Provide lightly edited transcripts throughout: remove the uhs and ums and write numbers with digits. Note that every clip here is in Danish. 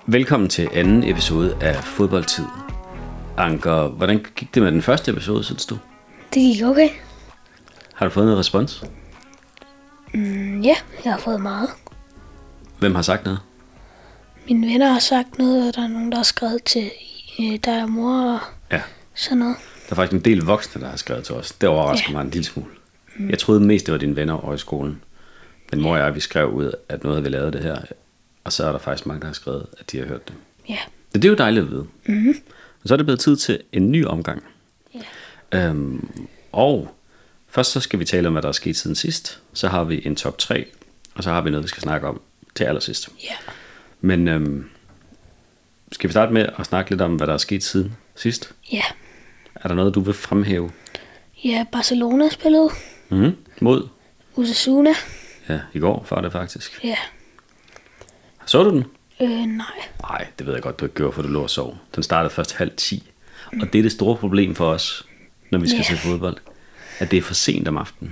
Velkommen til anden episode af Fodboldtid. Anker, hvordan gik det med den første episode, synes du? Det gik okay. Har du fået noget respons? Ja, jeg har fået meget. Hvem har sagt noget? Mine venner har sagt noget, og der er nogen, der har skrevet til dig og mor og sådan noget. Der er faktisk en del voksne, der har skrevet til os. Det overrasker mig en lille smule. Jeg troede mest, det var dine venner over i skolen. Men mor og jeg, vi skrev ud, at noget vi lavede det her. Og så er der faktisk mange, der har skrevet, at de har hørt det. Ja. Det er jo dejligt at vide. Mm-hmm. Og så er det blevet tid til en ny omgang. Ja. Og først så skal vi tale om, hvad der er sket siden sidst. Så har vi en top 3, og så har vi noget, vi skal snakke om til allersidst. Ja. Men skal vi starte med at snakke lidt om, hvad der er sket siden sidst? Ja. Er der noget, du vil fremhæve? Ja, Barcelona spillede Mod? Osasuna. Ja, i går var det faktisk. Ja. Så du den? Nej. Nej, det ved jeg godt, du ikke gjorde, for du lå og sov. Den startede først 9:30. Og det er det store problem for os, når vi skal se fodbold. At det er for sent om aftenen.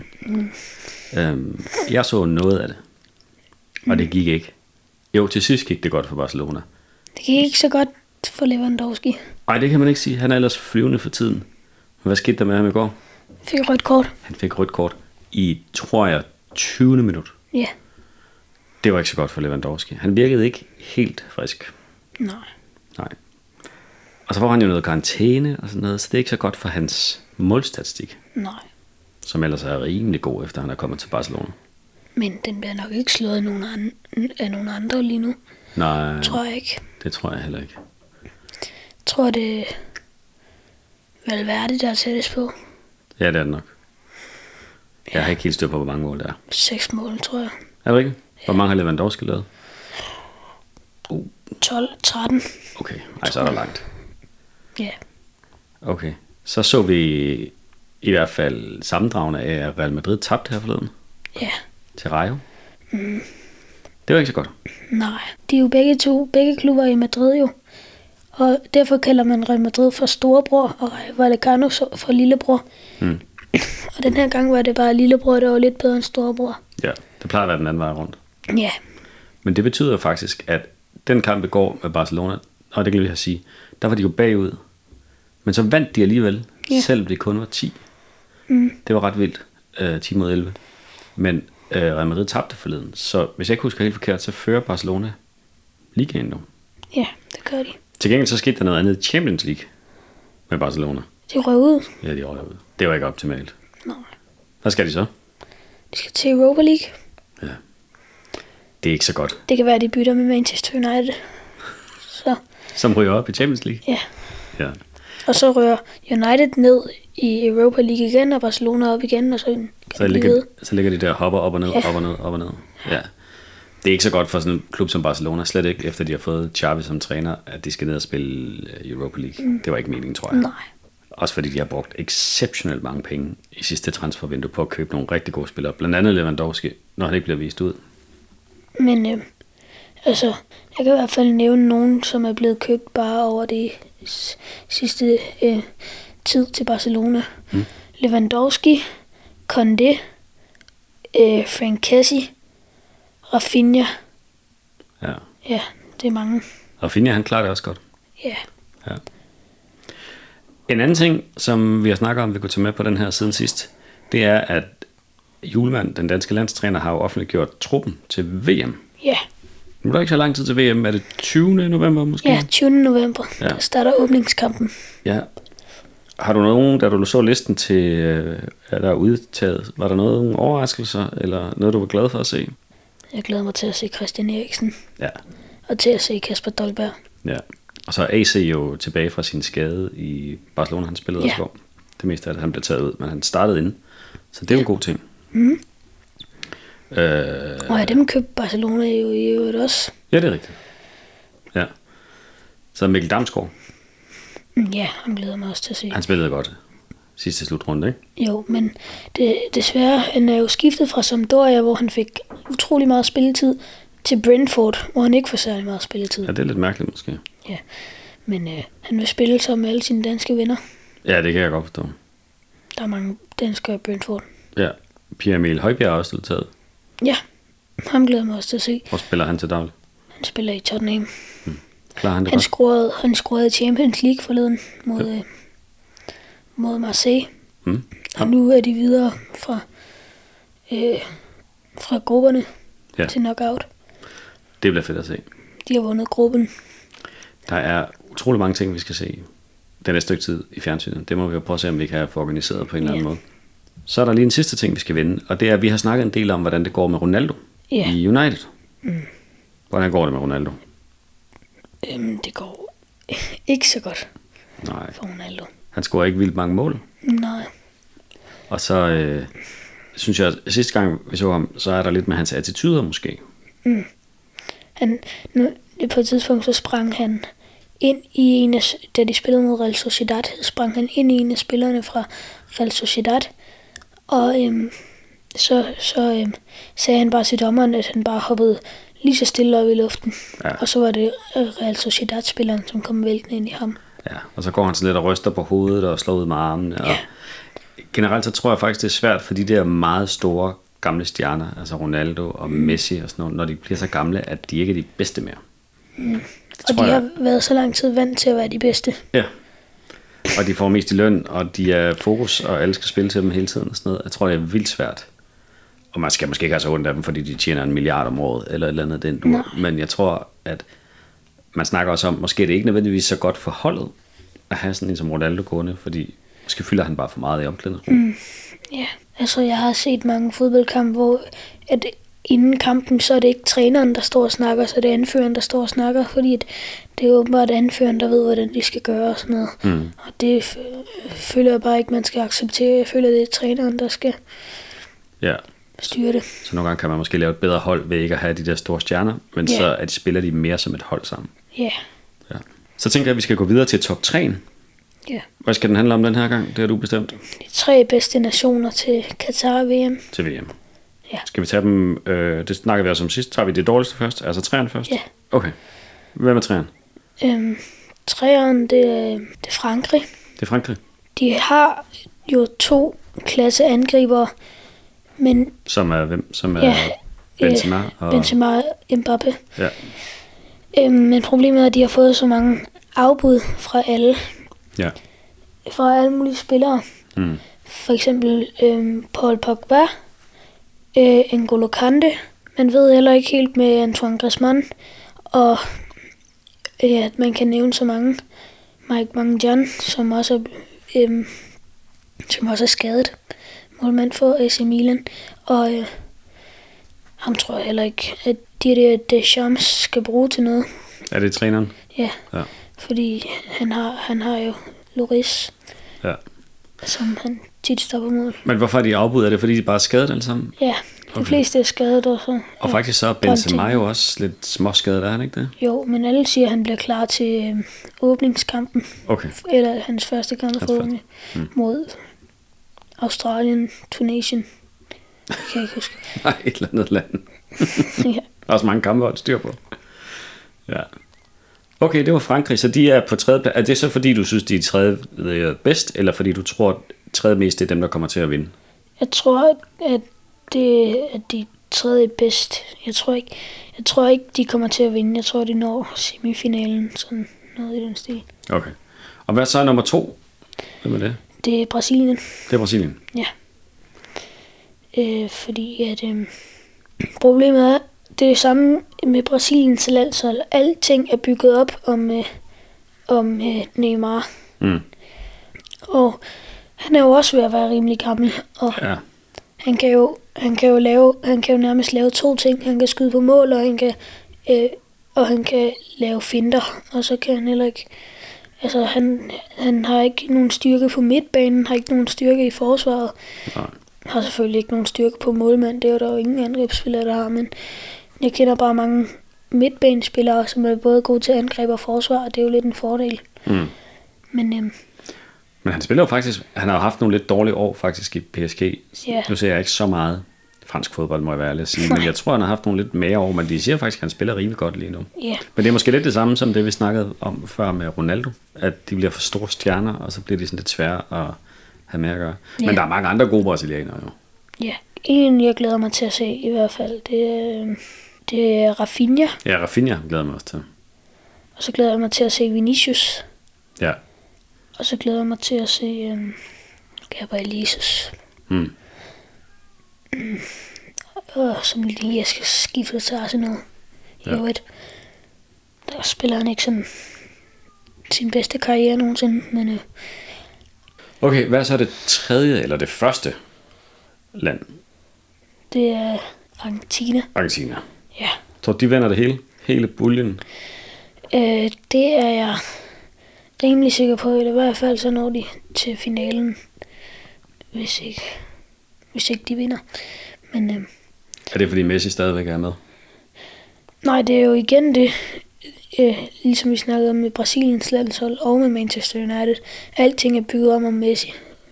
Jeg så noget af det. Og det gik ikke. Jo, til sidst gik det godt for Barcelona. Det gik ikke så godt for Lewandowski. Nej, det kan man ikke sige. Han er ellers flyvende for tiden. Hvad skete der med ham i går? Fik rødt kort. Han fik rødt kort i, tror jeg, 20. minut. Ja. Det var ikke så godt for Lewandowski. Han virkede ikke helt frisk. Nej. Og så får han jo noget karantæne og sådan noget, så det er ikke så godt for hans målstatistik, Nej. som ellers er rimelig god, efter han er kommet til Barcelona. Men den bliver nok ikke slået af nogen andre lige nu. Nej, Tror jeg ikke. det tror jeg heller ikke. Jeg tror, det er Valverde, der sættes på. Ja, det er det nok. Jeg har ikke helt styr på, hvor mange mål der er. 6 mål, tror jeg. Er det rigtigt? Hvor mange har Lewandowski lavet? 12, 13. Okay, så er der langt. Ja. Okay, så vi i hvert fald sammendragende af, at Real Madrid tabte her forleden. Ja. Til Rayo. Det var ikke så godt. Nej, de er jo begge klubber i Madrid jo. Og derfor kalder man Real Madrid for storebror, og Vallecano for lillebror. Og den her gang var det bare lillebror, der var lidt bedre end storebror. Ja, det plejer at være den anden vej rundt. Ja. Men det betyder faktisk, at den kamp i går med Barcelona, og det kan vi have sige, der var de jo bagud. Men så vandt de alligevel, selvom det kun var 10. Det var ret vildt, 10 mod 11. Men Real Madrid tabte forleden, så hvis jeg ikke husker helt forkert, så fører Barcelona ligaen nu. Ja, det gør de. Til gengæld så skete der noget andet i Champions League med Barcelona. De røg ud. Ja, de røg ud. Det var ikke optimalt. Nej. Hvad skal de så? De skal til Europa League. Ja. Det er ikke så godt. Det kan være, at de bytter med Manchester United. Så. Som ryger op i Champions League? Ja. Og så rører United ned i Europa League igen, og Barcelona op igen, og så ligger de der hopper op og ned, op og ned. Ja. Det er ikke så godt for sådan en klub som Barcelona, slet ikke efter de har fået Xavi som træner, at de skal ned og spille Europa League. Det var ikke meningen, tror jeg. Nej. Også fordi de har brugt exceptionelt mange penge i sidste transfervindue på at købe nogle rigtig gode spillere. Blandt andet Lewandowski, når han ikke bliver vist ud. Men jeg kan i hvert fald nævne nogen, som er blevet købt bare over det sidste tid til Barcelona. Lewandowski, Condé, Frank Kessie, Rafinha. Ja, det er mange. Rafinha, han klarer det også godt. Ja. En anden ting, som vi har snakket om, vi kunne tage med på den her siden sidst, det er, at Hjulmand, den danske landstræner, har jo offentliggjort truppen til VM. Ja. Nu er der ikke så lang tid til VM. Er det 20. november måske? Ja, 20. november. Ja. Der starter åbningskampen. Ja. Har du nogen, da du så listen til, der er udtaget, var der nogle overraskelser, eller noget, du var glad for at se? Jeg glæder mig til at se Christian Eriksen. Ja. Og til at se Kasper Dolberg. Ja. Og så er AC jo tilbage fra sin skade i Barcelona. Han spillede også går. Det meste af det, han blev taget ud, men han startede inde. Så det er jo en god ting. Og dem købte Barcelona jo i øvrigt også. Ja, det er rigtigt. Ja. Så Mikkel Damsgaard. Ja, han glæder mig også til at se. Han spillede godt sidste slutrunde, ikke? Jo, men desværre, han er jo skiftet fra Sampdoria, hvor han fik utrolig meget spilletid, til Brentford, hvor han ikke får særlig meget spilletid. Ja, det er lidt mærkeligt måske. Ja, men han vil spille som med alle sine danske venner. Ja, det kan jeg godt forstå. Der er mange danskere i Brentford. Ja, Pierre Emil Højbjerg er også udtaget. Ja, ham glæder mig også til at se. Hvor spiller han til daglig? Han spiller i Tottenham. Klarer han det godt? Han scorede Champions League forleden mod Marseille. Og nu er de videre fra grupperne til knockout. Det bliver fedt at se. De har vundet gruppen. Der er utrolig mange ting, vi skal se den næste stykke tid i fjernsynet. Det må vi jo prøve at se, om vi kan få organiseret på en eller anden måde. Så er der lige en sidste ting, vi skal vende, og det er, at vi har snakket en del om, hvordan det går med Ronaldo i United. Hvordan går det med Ronaldo? Det går ikke så godt for Ronaldo. Han scorer ikke vildt mange mål. Nej. Og så synes jeg, at sidste gang vi så ham, så er der lidt med hans attituder måske. På et tidspunkt så sprang han ind i da de spillede mod Real Sociedad, sprang han ind i en af spillerne fra Real Sociedad, og så sagde han bare til dommeren, at han bare hoppede lige så stille op i luften, og så var det Real Sociedad-spilleren, som kom væltende ind i ham. Ja, og så går han sådan lidt og ryster på hovedet og slår ud med armene. Og generelt så tror jeg faktisk, det er svært for de der meget store gamle stjerner, altså Ronaldo og Messi og sådan noget, når de bliver så gamle, at de ikke er de bedste mere. Og de har været så lang tid vant til at være de bedste. Ja, og de får mest i løn, og de er fokus, og alle skal spille til dem hele tiden og sådan noget. Jeg tror, det er vildt svært. Og man skal måske ikke have så ondt af dem, fordi de tjener 1 milliard om året, eller et eller andet den dur. Men jeg tror, at man snakker også om, måske er det ikke nødvendigvis så godt for holdet, at have sådan en som Ronaldo gående, fordi måske fylder han bare for meget i omklædningsrummet. Ja, altså jeg har set mange fodboldkampe, hvor at inden kampen, så er det ikke træneren, der står og snakker, så det er anføreren, der står og snakker, fordi det er åbenbart anføreren, der ved, hvordan de skal gøre og sådan noget. Og det føler jeg bare ikke, man skal acceptere. Jeg føler, det er træneren, der skal styre det. Så nogle gange kan man måske lave et bedre hold ved ikke at have de der store stjerner, men så at spiller de mere som et hold sammen. Ja. Så tænker jeg, at vi skal gå videre til top 3'en. Ja. Hvad skal den handle om den her gang? Det har du bestemt. De 3 bedste nationer til Qatar VM. Til VM. Ja. Skal vi tage dem, det snakker vi også om sidst, tager vi det dårligste først, altså 3'eren først? Ja. Okay. Hvem er 3'eren? 3'eren, det er Frankrig. Det er Frankrig? De har jo 2 klasse angribere, men... Som er hvem? Som er Benzema og... Benzema og Mbappé. Ja. Men problemet er, at de har fået så mange afbud fra alle. Ja. Fra alle mulige spillere. For eksempel Paul Pogba, N'Golo Kante. Man ved heller ikke helt med Antoine Griezmann. Og man kan nævne så mange. Mike Maignan, som også er skadet. Målmand for AC Milan. Og ham tror jeg heller ikke, at de der Deschamps skal bruge til noget. Er det træneren? Ja. Fordi han har jo Lloris, som han tit stopper mål. Men hvorfor er de afbud? Er det fordi de bare er skadet alle sammen? Ja, de fleste er skadet også. Og faktisk så er Benzema jo også lidt småskadet, er han ikke det? Jo, men alle siger, at han bliver klar til åbningskampen. Okay. Eller hans første kamp forhåbentlig mod Australien, Tunesien. Det kan jeg ikke huske. Nej, et eller andet land. Der er også mange kampe at styr på. Ja. Okay, det var Frankrig, så de er på 3. plads. Er det så fordi, du synes, de er 3. bedst, eller fordi du tror, at 3. mest er dem, der kommer til at vinde? Jeg tror, at de er 3. bedst. Jeg tror ikke, de kommer til at vinde. Jeg tror, de når semifinalen, sådan noget i den stil. Okay. Og hvad så er nummer 2? Hvem er det? Det er Brasilien. Det er Brasilien? Ja. Fordi at problemet er, det er det samme med Brasiliens landshold. Alting er bygget op om Neymar. Og han er jo også ved at være rimelig gammel. Og han kan jo nærmest lave 2 ting. Han kan skyde på mål, og han kan lave finter. Og så kan han heller ikke... Altså, han har ikke nogen styrke på midtbanen, har ikke nogen styrke i forsvaret. Nej. Har selvfølgelig ikke nogen styrke på målmand, det er jo der jo ingen angrebsspillere, der har, men jeg kender bare mange midtbanespillere, som er både gode til angreb og forsvar, og det er jo lidt en fordel. Men han spiller jo faktisk, han har jo haft nogle lidt dårlige år faktisk i PSG. Nu ser jeg ikke så meget fransk fodbold, må jeg være ærlig at sige, men jeg tror, han har haft nogle lidt mere år, men de siger faktisk, at han spiller rimelig godt lige nu. Men det er måske lidt det samme som det, vi snakkede om før med Ronaldo, at de bliver for store stjerner, og så bliver de sådan lidt svære at have med at gøre. Men der er mange andre gode brasilianere jo. Ja, en jeg glæder mig til at se i hvert fald, det er Rafinha. Ja, Rafinha glæder mig også til. Og så glæder jeg mig til at se Vinicius. Ja. Og så glæder jeg mig til at se Gabriel Jesus. Og som lige jeg skal skifte til Arsenal. I øvrigt. Der spiller han ikke sådan sin bedste karriere nogensinde. Men, Okay, hvad er så det tredje eller det første land? Det er Argentina. Argentina. Ja. Tror du, de vinder det hele? Hele buljen? Det er jeg rimelig sikker på. I hvert fald så når de til finalen. Hvis ikke de vinder. Men, er det fordi Messi stadigvæk er med? Nej, det er jo igen det. Ligesom vi snakkede om med Brasiliens landshold og med Manchester United. Alting er bygget om Messi.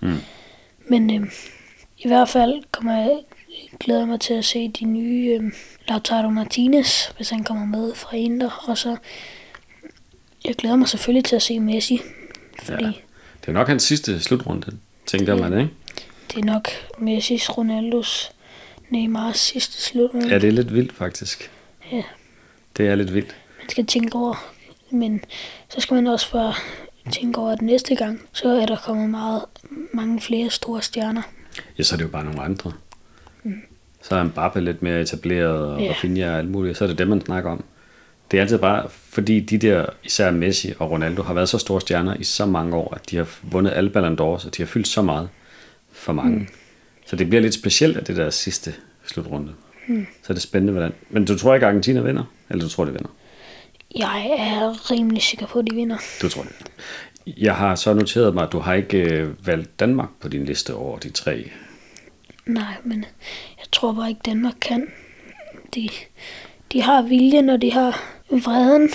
Men i hvert fald glæder mig til at se de nye Lautaro Martinez, hvis han kommer med fra Inter. Og så jeg glæder mig selvfølgelig til at se Messi. Fordi det er nok hans sidste slutrunde, tænker man, ikke? Det er nok Messis, Ronaldos, Neymars sidste slutrunde. Ja, det er lidt vildt faktisk. Ja. Det er lidt vildt. Man skal tænke over, men så skal man også bare tænke over, at næste gang, så er der kommet mange flere store stjerner. Ja, så er det jo bare nogle andre. Så er Mbappé lidt mere etableret, og Rafinha og alt muligt, så er det det, man snakker om. Det er altid bare, fordi de der, især Messi og Ronaldo, har været så store stjerner i så mange år, at de har vundet alle Ballon d'Or, så de har fyldt så meget for mange. Så det bliver lidt specielt af det der sidste slutrunde. Så er det spændende, hvordan. Men du tror ikke, Argentina vinder? Eller du tror, de vinder? Jeg er rimelig sikker på, at de vinder. Du tror, de vinder. Jeg har så noteret mig, at du har ikke valgt Danmark på din liste over de 3. Nej, men jeg tror bare ikke, Danmark kan. De har viljen, og de har vreden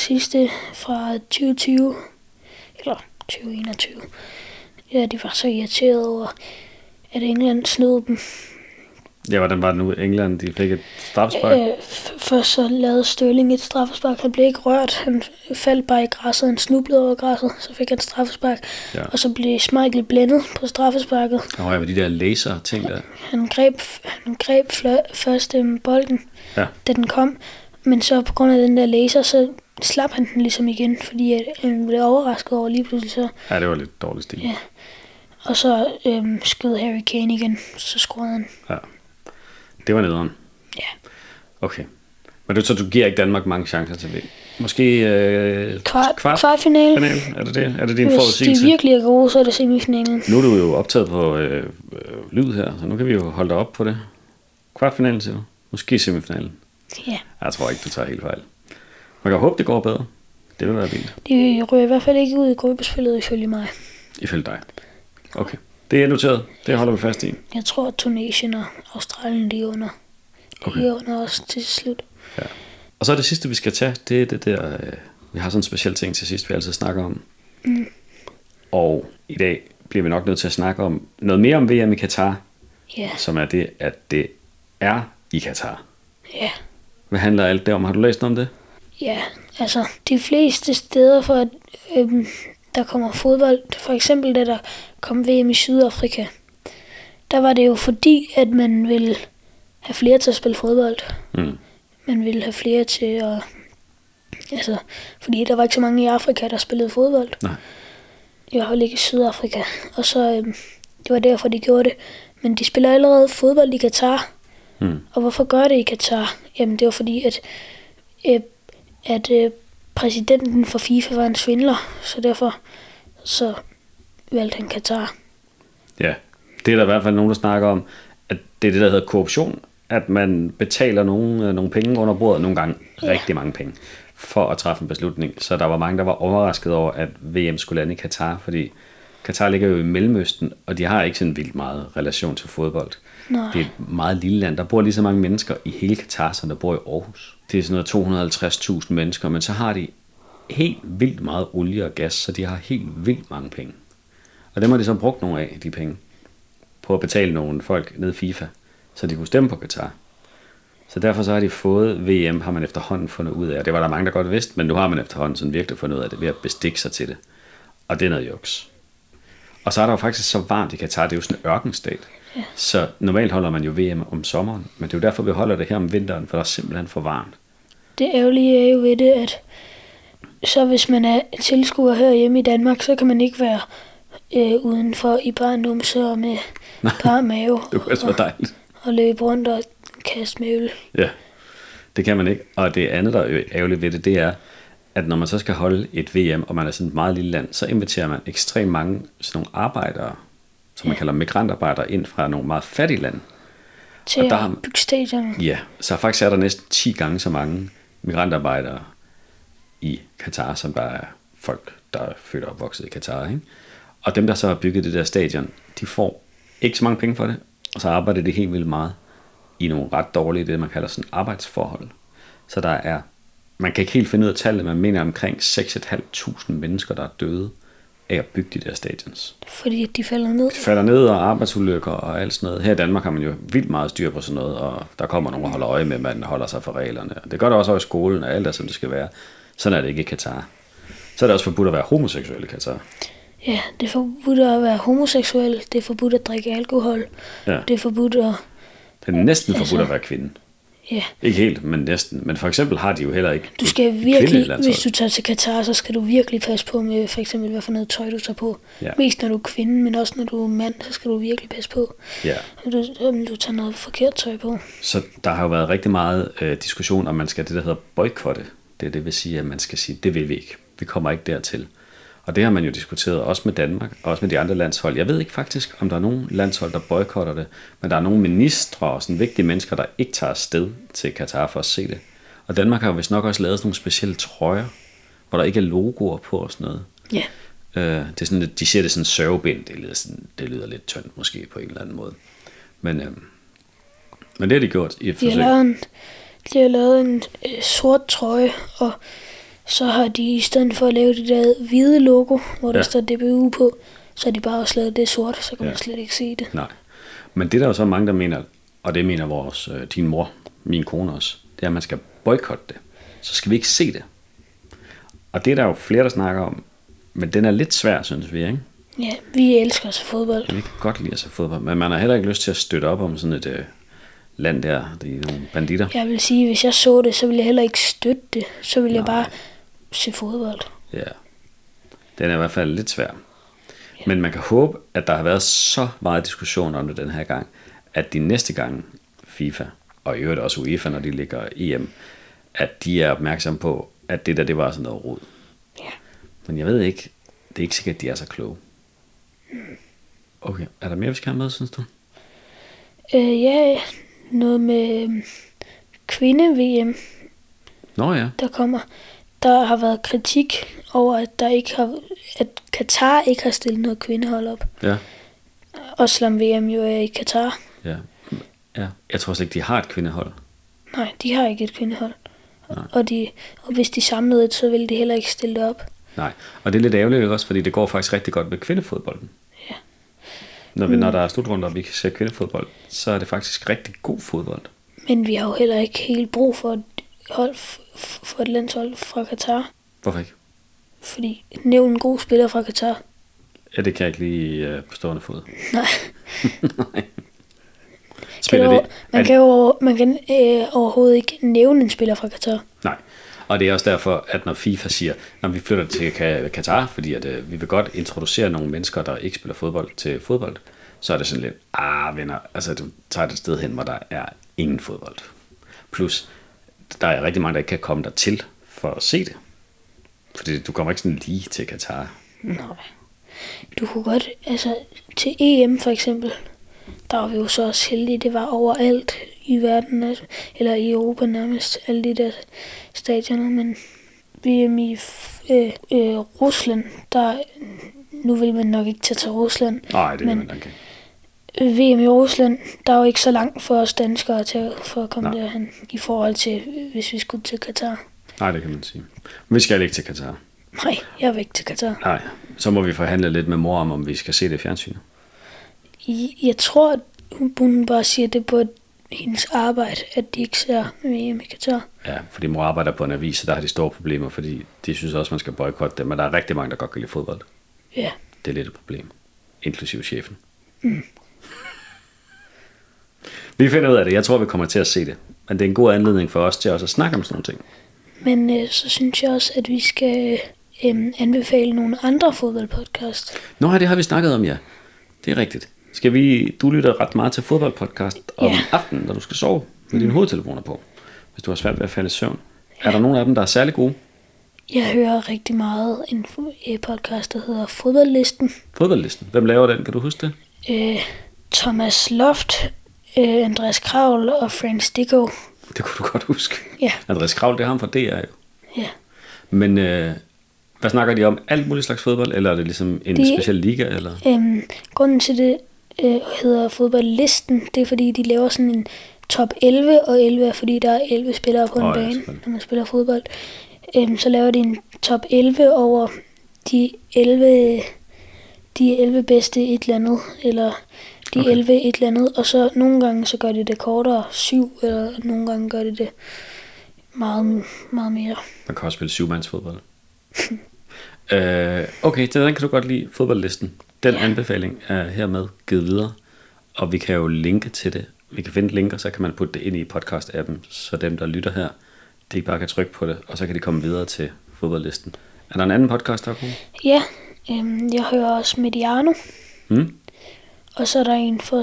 fra 2020, eller 2021. Ja, de var så irriteret over, at England snød dem. Ja, hvordan var det nu? England, de fik et straffespark? Først så lavede Sterling et straffespark. Han blev ikke rørt. Han faldt bare i græsset. Han snublede over græsset. Så fik han et straffespark. Ja. Og så blev Schmeichel blændet på straffesparket. Og hvad de der laser-ting der? Han greb først bolden, da den kom. Men så på grund af den der laser, så slap han den ligesom igen. Fordi han blev overrasket over lige pludselig. Så. Ja, det var lidt dårligt stil. Ja. Og så skød Harry Kane igen. Så scorede han. Ja. Det var nederen. Ja. Okay. Men så du giver ikke Danmark mange chancer til det? Måske kvartfinale. Er det det? Er det din forudsigelse? Hvis de virkelig er gode, så er det semifinalen. Nu er du jo optaget på lyd her, så nu kan vi jo holde dig op på det. Kvartfinalen, siger du? Måske semifinalen. Ja. Jeg tror ikke, du tager helt fejl. Man kan håbe, det går bedre. Det vil være vildt. De rører i hvert fald ikke ud i gruppespillet, ifølge mig. Ifølge dig. Okay. Det er noteret. Det holder vi fast i. Jeg tror, at Tunesien og Australien lige under. Okay. Lige under os til slut. Ja. Og så er det sidste, vi skal tage, det er det der... vi har sådan en speciel ting til sidst, vi altid snakker om. Og i dag bliver vi nok nødt til at snakke om noget mere om VM i Katar. Ja. Som er det, at det er i Katar. Ja. Hvad handler alt det om? Har du læst noget om det? Ja, altså de fleste steder, for at der kommer fodbold, for eksempel da der kom VM i Sydafrika, der var det jo fordi, at man ville have flere til at spille fodbold. Man ville have flere til at... Altså, fordi der var ikke så mange i Afrika, der spillede fodbold. Nej. I hvert fald ikke i Sydafrika. Og så, det var derfor, de gjorde det. Men de spiller allerede fodbold i Katar. Og hvorfor gør det i Katar? Jamen, det var fordi, at præsidenten for FIFA var en svindler. Så derfor så valgte han Katar. Ja, det er der i hvert fald nogen, der snakker om, at det er det, der hedder korruption. At man betaler nogle penge under bordet, nogle gange rigtig mange penge, for at træffe en beslutning. Så der var mange, der var overrasket over, at VM skulle lande i Katar, fordi Katar ligger jo i Mellemøsten, og de har ikke sådan vildt meget relation til fodbold. Nej. Det er et meget lille land. Der bor lige så mange mennesker i hele Katar, som der bor i Aarhus. Det er sådan noget 250.000 mennesker, men så har de helt vildt meget olie og gas, så de har helt vildt mange penge. Og dem har de så brugt nogle af, de penge, på at betale nogle folk ned i FIFA, så de kunne stemme på Katar. Så derfor så har de fået VM, har man efterhånden fundet ud af. Det var der mange, der godt vidste, men nu har man efterhånden sådan virkelig fundet ud af det ved at bestikke sig til det. Og det er noget juks. Og så er der jo faktisk så varmt i Katar, det er jo sådan en ørkenstat. Ja. Så normalt holder man jo VM om sommeren, men det er jo derfor, vi holder det her om vinteren, for der er simpelthen for varmt. Det ærgerlige er jo ved det, at så hvis man er tilskuer herhjemme i Danmark, så kan man ikke være udenfor i bare numse og med bare mave. Det kunne også være dejligt. Og løbe rundt og kaste med øl. Ja, det kan man ikke. Og det andet, der er ærgerligt ved det, det er, at når man så skal holde et VM, og man er sådan et meget lille land, så inviterer man ekstremt mange sådan nogle arbejdere, som man kalder migrantarbejdere, ind fra nogle meget fattige lande. Til at bygge stadioner. Ja, så faktisk er der næsten 10 gange så mange migrantarbejdere i Katar, som der er folk, der er født og opvokset i Katar. Ikke? Og dem, der så har bygget det der stadion, de får ikke så mange penge for det, og så arbejder de helt vildt meget i nogle ret dårlige, det man kalder sådan arbejdsforhold. Så der er, man kan ikke helt finde ud af tallet, man mener omkring 6.500 mennesker, der er døde af at bygge de der stadions. Fordi de falder ned? De falder ned, og arbejdsulykker og alt sådan noget. Her i Danmark har man jo vildt meget styr på sådan noget, og der kommer nogen og holder øje med, at man holder sig for reglerne. Det gør der også i skolen, og alt er, som det skal være. Sådan er det ikke i Katar. Så er det også forbudt at være homoseksuel i Katar. Ja, det er forbudt at være homoseksuel, det er forbudt at drikke alkohol, ja. Det er forbudt at... Det er næsten forbudt at være kvinde. Ja. Ikke helt, men næsten. Men for eksempel har de jo heller ikke... Du skal virkelig, hvis du tager til Katar, så skal du virkelig passe på med for eksempel, hvad for noget tøj du tager på. Ja. Mest når du er kvinde, men også når du er mand, så skal du virkelig passe på. Ja. Om du tager noget forkert tøj på. Så der har jo været rigtig meget diskussion om, man skal det, der hedder boykotte. Det vil sige, at man skal sige, det vil vi ikke. Vi kommer ikke dertil. Og det har man jo diskuteret også med Danmark, og også med de andre landshold. Jeg ved ikke faktisk, om der er nogen landshold, der boykotter det, men der er nogle ministre og sådan vigtige mennesker, der ikke tager afsted til Katar for at se det. Og Danmark har jo vist nok også lavet sådan nogle specielle trøjer, hvor der ikke er logoer på og sådan noget. Ja. Det er sådan, at de siger det sådan sørgebind, det lyder lidt tyndt måske på en eller anden måde. Men det har de gjort i et forsøg. De har lavet en sort trøje, og så har de i stedet for at lave det der hvide logo, hvor der står DBU på, så har de bare også lavet det sort, så kan man slet ikke se det. Nej, men det er der jo så mange, der mener, og det mener din mor, min kone også, det er, at man skal boykotte det. Så skal vi ikke se det. Og det er der jo flere, der snakker om, men den er lidt svær, synes vi, ikke? Ja, vi elsker at se fodbold. Vi kan godt lide at se fodbold, men man har heller ikke lyst til at støtte op om sådan et land der, det er nogle banditter. Jeg vil sige, hvis jeg så det, så ville jeg heller ikke støtte det. Så ville jeg bare se fodbold. Ja, den er i hvert fald lidt svær. Ja. Men man kan håbe, at der har været så meget diskussion om det den her gang, at de næste gang FIFA, og i øvrigt også UEFA, når de ligger EM, at de er opmærksomme på, at det var sådan noget rod. Ja. Men jeg ved ikke, det er ikke sikkert, at de er så kloge. Okay, er der mere, vi skal have med, synes du? Ja, noget med kvinde-VM. Nå ja. Der kommer. Der har været kritik over, at Katar ikke har stillet noget kvindehold op. Ja. Og Slam VM jo er i Katar. Ja. Jeg tror slet ikke, de har et kvindehold. Nej, de har ikke et kvindehold. Og hvis de samlede et, så ville de heller ikke stille det op. Nej, og det er lidt ærgerligt også, fordi det går faktisk rigtig godt med kvindefodbolden. Ja. Når der er slutrunder, og vi kan se kvindefodbold, så er det faktisk rigtig god fodbold. Men vi har jo heller ikke helt brug for et landshold fra Katar. Hvorfor ikke? Fordi nævn en god spiller fra Katar. Ja, det kan jeg ikke lige på stående fod. Nej. Nej. Man kan overhovedet ikke nævne en spiller fra Katar. Nej, og det er også derfor, at når FIFA siger, at vi flytter til Katar, fordi at vi vil godt introducere nogle mennesker, der ikke spiller fodbold til fodbold, så er det sådan lidt, venner, altså du tager et sted hen, hvor der er ingen fodbold. Plus, der er rigtig mange, der ikke kan komme der til for at se det. Fordi du kommer ikke sådan lige til Katar. Nej. Du kunne godt, altså til EM for eksempel, der var vi jo så også heldige, det var overalt i verden, eller i Europa nærmest, alle de der stadioner, men VM i Rusland, der, nu vil man nok ikke tage til Rusland. Nej, det vil man ikke. VM i Rusland, der er jo ikke så langt for os danskere til for at komme derhen, i forhold til, hvis vi skulle til Katar. Nej, det kan man sige. Men vi skal ikke til Katar. Nej, jeg vil ikke til Katar. Nej, så må vi forhandle lidt med mor om vi skal se det i fjernsynet. Jeg tror, at hun bare siger det på hendes arbejde, at de ikke ser VM i Katar. Ja, fordi mor arbejder på en avis, så der har de store problemer, fordi de synes også, man skal boykotte det, men der er rigtig mange, der godt kan lide fodbold. Ja. Det er lidt et problem, inklusive chefen. Vi finder ud af det. Jeg tror, vi kommer til at se det. Men det er en god anledning for os til også at snakke om sådan nogle ting. Men så synes jeg også, at vi skal anbefale nogle andre fodboldpodcast. Nå, det har vi snakket om, ja. Det er rigtigt. Du lytter ret meget til fodboldpodcast om aftenen, når du skal sove med dine hovedtelefoner på, hvis du har svært ved at falde i søvn. Ja. Er der nogen af dem, der er særlig gode? Jeg hører rigtig meget en podcast, der hedder Fodboldlisten. Fodboldlisten? Hvem laver den? Kan du huske det? Thomas Loft, Andreas Kravl og Frank Sticko. Det kunne du godt huske. Ja. Andreas Kravl, det er ham fra DR jo. Ja. Men hvad snakker de om? Alt muligt slags fodbold, eller er det ligesom en speciel liga? Eller? Grunden til det hedder Fodboldlisten, det er fordi, de laver sådan en top 11, og 11 er fordi, der er 11 spillere på en bane, når man spiller fodbold. Så laver de en top 11 over de 11 bedste et eller andet, eller de 11 et eller andet, og så nogle gange så gør de det kortere, 7, eller nogle gange gør de det meget, meget mere. Man kan også spille 7-mandsfodbold. Okay, den kan du godt lide, Fodboldlisten. Den anbefaling er hermed givet videre, og vi kan jo linke til det. Vi kan finde linker, så kan man putte det ind i podcast-appen, så dem, der lytter her, de bare kan trykke på det, og så kan de komme videre til Fodboldlisten. Er der en anden podcast, der er god? Ja, jeg hører også Mediano. Og så er der en for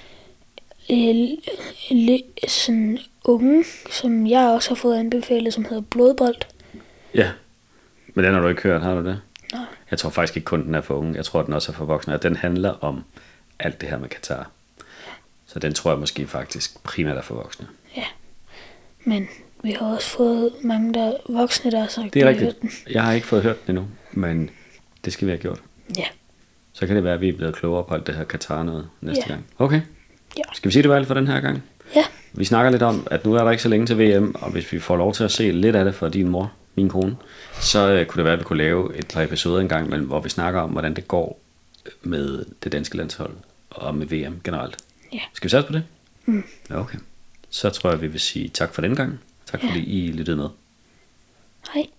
sådan unge, som jeg også har fået anbefalet, som hedder Blodbold. Ja, men den har du ikke hørt, har du det? Nej. Jeg tror faktisk ikke kun den er for unge, jeg tror den også er for voksne, og den handler om alt det her med Katar. Så den tror jeg måske faktisk primært er for voksne. Ja, men vi har også fået mange der voksne, der har sagt, det er rigtigt. Jeg har ikke fået hørt den endnu, men det skal vi have gjort. Ja. Så kan det være, at vi er blevet klogere på alt det her Katar noget næste gang. Okay. Ja. Skal vi sige det var alt for den her gang? Ja. Vi snakker lidt om, at nu er der ikke så længe til VM, og hvis vi får lov til at se lidt af det for din mor, min kone, så kunne det være, at vi kunne lave et par episoder en gang imellem, hvor vi snakker om, hvordan det går med det danske landshold og med VM generelt. Ja. Skal vi satse på det? Ja, okay. Så tror jeg, vi vil sige tak for den gang. Tak fordi I lyttede med. Hej.